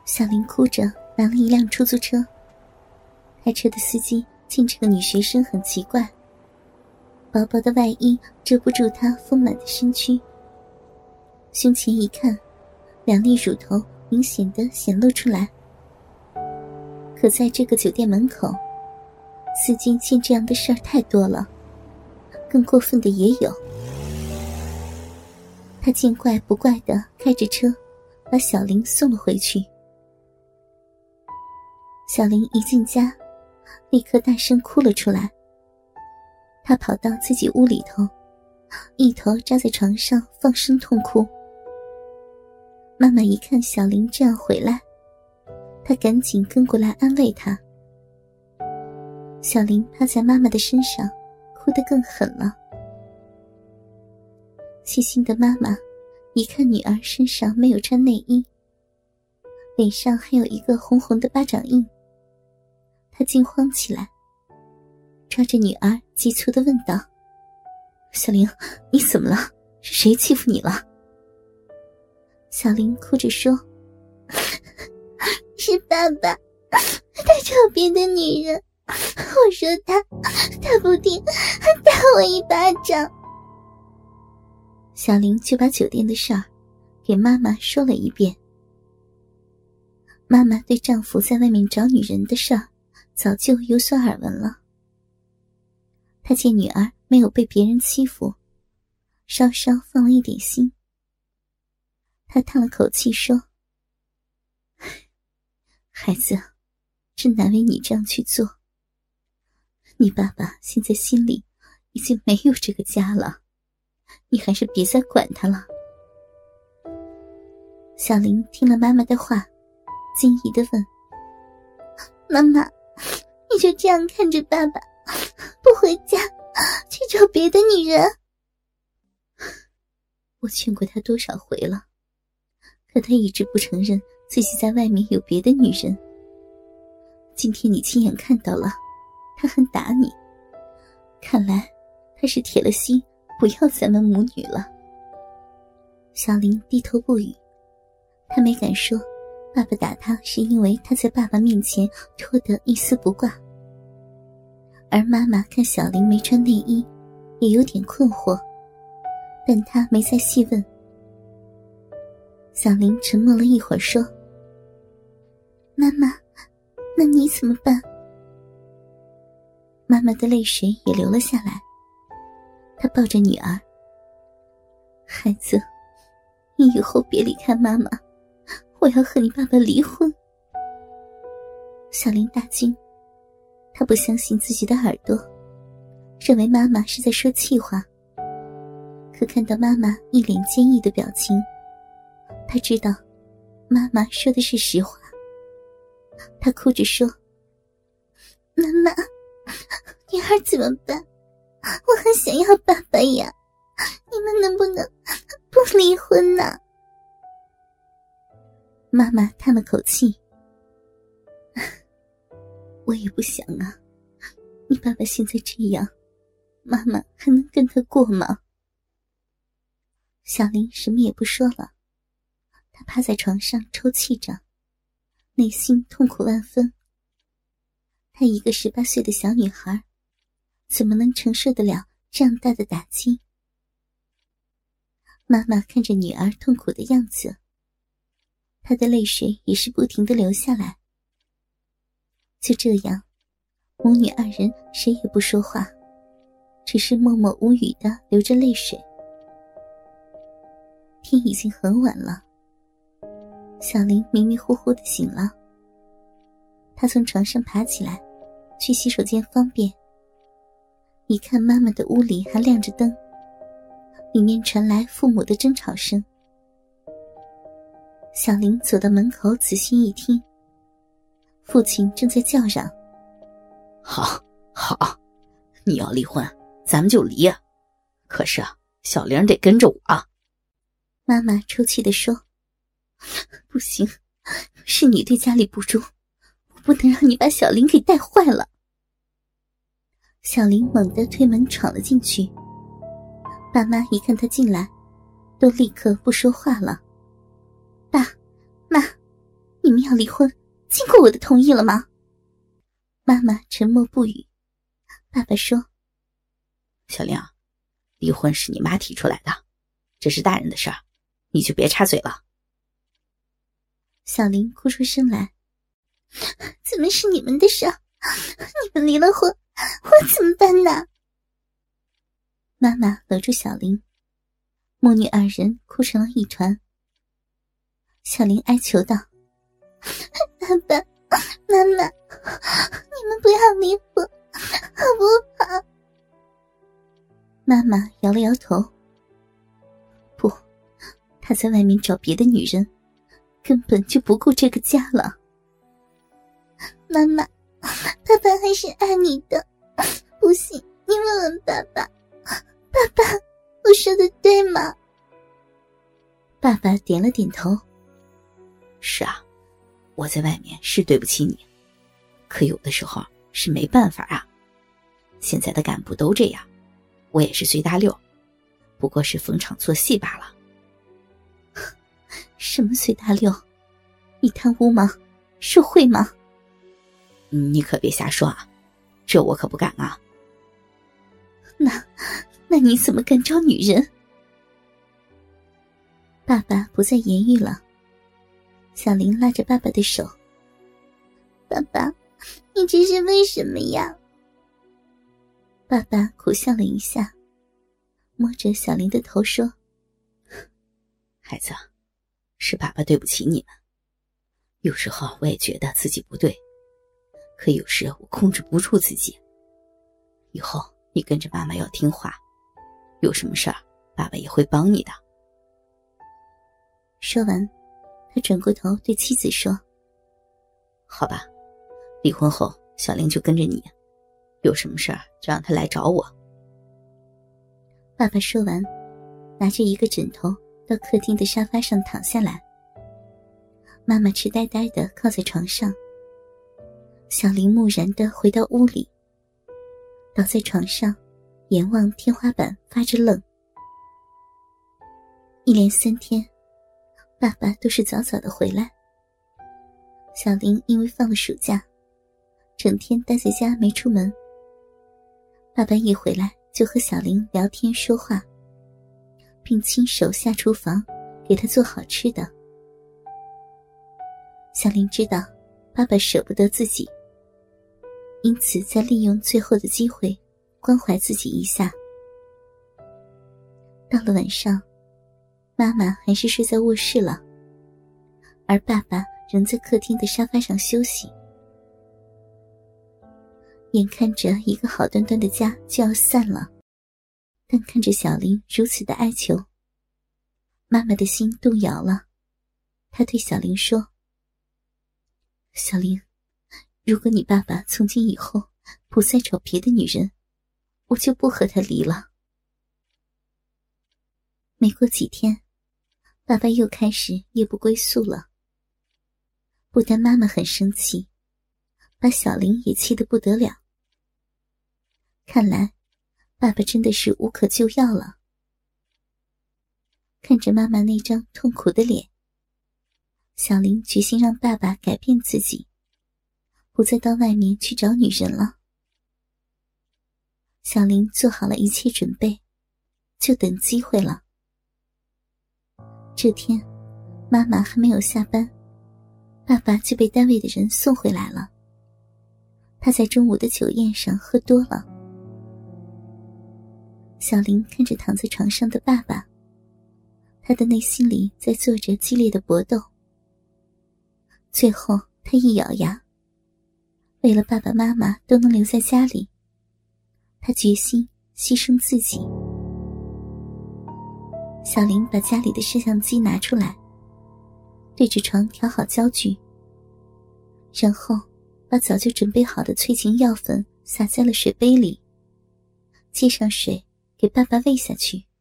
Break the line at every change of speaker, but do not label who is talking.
小林哭着拦了一辆出租车，开车的司机见这个女学生很奇怪，薄薄的外衣遮不住她丰满的身躯，胸前一看，两粒乳头明显的显露出来。可在这个酒店门口，司机见这样的事儿太多了，更过分的也有。他见怪不怪的开着车把小林送了回去。小林一进家，立刻大声哭了出来。他跑到自己屋里头，一头扎在床上放声痛哭。妈妈一看小林这样回来，她赶紧跟过来安慰他。小林趴在妈妈的身上，哭得更狠了。细心的妈妈一看女儿身上没有穿内衣，脸上还有一个红红的巴掌印，她惊慌起来，抓着女儿急促地问道：“小林，你怎么了？是谁欺负你了？”小林哭着说：“是爸爸，他找别的女人，我说他不听，还打我一巴掌。”小林就把酒店的事儿给妈妈说了一遍。妈妈对丈夫在外面找女人的事儿早就有所耳闻了。她见女儿没有被别人欺负，稍稍放了一点心。她叹了口气说：“孩子，真难为你这样去做。你爸爸现在心里已经没有这个家了，你还是别再管他了。”小林听了妈妈的话，惊疑地问：“妈妈，你就这样看着爸爸不回家去找别的女人？”我劝过他多少回了，可他一直不承认自己在外面有别的女人。今天你亲眼看到了，他还打你，看来他是铁了心不要咱们母女了。小林低头不语，他没敢说爸爸打他是因为他在爸爸面前脱得一丝不挂。而妈妈看小林没穿内衣，也有点困惑，但她没再细问。小林沉默了一会儿说：“妈妈，那你怎么办？”妈妈的泪水也流了下来，她抱着女儿：“孩子，你以后别离开妈妈，我要和你爸爸离婚。”小林大惊，他不相信自己的耳朵，认为妈妈是在说气话。可看到妈妈一脸坚毅的表情，他知道妈妈说的是实话。他哭着说：“妈妈，女儿怎么办？我很想要爸爸呀，你们能不能不离婚呢？”妈妈叹了口气：“我也不想啊，你爸爸现在这样，妈妈还能跟他过吗？”小林什么也不说了，他趴在床上抽泣着，内心痛苦万分。她一个18岁的小女孩，怎么能承受得了这样大的打击？妈妈看着女儿痛苦的样子，她的泪水也是不停地流下来。就这样，母女二人谁也不说话，只是默默无语地流着泪水。天已经很晚了，小林迷迷糊糊地醒了。他从床上爬起来，去洗手间方便。一看妈妈的屋里还亮着灯，里面传来父母的争吵声。小林走到门口仔细一听，父亲正在叫嚷：“
好，你要离婚，咱们就离啊！可是啊，小玲得跟着我啊。”
妈妈抽泣地说：“不行，是你对家里不忠，我不能让你把小林给带坏了。”小林猛地推门闯了进去，爸妈一看他进来，都立刻不说话了。“爸妈， 你们要离婚，经过我的同意了吗？妈妈沉默不语。爸爸说：
小玲，离婚是你妈提出来的，这是大人的事儿，你就别插嘴了。
小玲哭出声来：怎么是你们的事？你们离了婚，我怎么办呢？妈妈搂住小玲，母女二人哭成了一团。小玲哀求道：爸爸妈妈，你们不要离婚好不好？妈妈摇了摇头：不，她在外面找别的女人，根本就不顾这个家了。妈妈，爸爸还是爱你的，不行，你问问爸爸。爸爸，我说的对吗？爸爸点了点头。
是啊，我在外面是对不起你，可有的时候是没办法啊。现在的干部都这样，我也是随大溜，不过是逢场作戏罢了。
什么随大溜？你贪污吗？受贿吗？
你可别瞎说啊，这我可不敢啊。
那你怎么敢招女人？爸爸不再言语了。小玲拉着爸爸的手：爸爸，你这是为什么呀？爸爸苦笑了一下，摸着小玲的头说：
孩子，是爸爸对不起你们，有时候我也觉得自己不对，可有时我控制不住自己。以后你跟着妈妈要听话，有什么事儿爸爸也会帮你的。
说完，他转过头对妻子说：
好吧，离婚后小玲就跟着你，有什么事儿就让她来找我。
爸爸说完，拿着一个枕头到客厅的沙发上躺下来。妈妈痴呆呆地靠在床上，小玲木然地回到屋里，倒在床上，眼望天花板发着愣。一连3天，爸爸都是早早的回来。小玲因为放了暑假，整天待在家没出门。爸爸一回来就和小玲聊天说话，并亲手下厨房给她做好吃的。小玲知道爸爸舍不得自己，因此在利用最后的机会关怀自己一下。到了晚上，妈妈还是睡在卧室了，而爸爸仍在客厅的沙发上休息。眼看着一个好端端的家就要散了，但看着小玲如此的哀求，妈妈的心动摇了。她对小玲说：小玲，如果你爸爸从今以后不再找别的女人，我就不和他离了。没过几天，爸爸又开始夜不归宿了。不但妈妈很生气，把小玲也气得不得了。看来爸爸真的是无可救药了。看着妈妈那张痛苦的脸，小玲决心让爸爸改变自己，不再到外面去找女人了。小玲做好了一切准备，就等机会了。这天，妈妈还没有下班，爸爸就被单位的人送回来了。他在中午的酒宴上喝多了。小玲看着躺在床上的爸爸，他的内心里在做着激烈的搏斗。最后他一咬牙，为了爸爸妈妈都能留在家里，他决心牺牲自己。小玲把家里的摄像机拿出来，对着床调好焦距，然后把早就准备好的催情药粉撒在了水杯里，接上水给爸爸喂下去。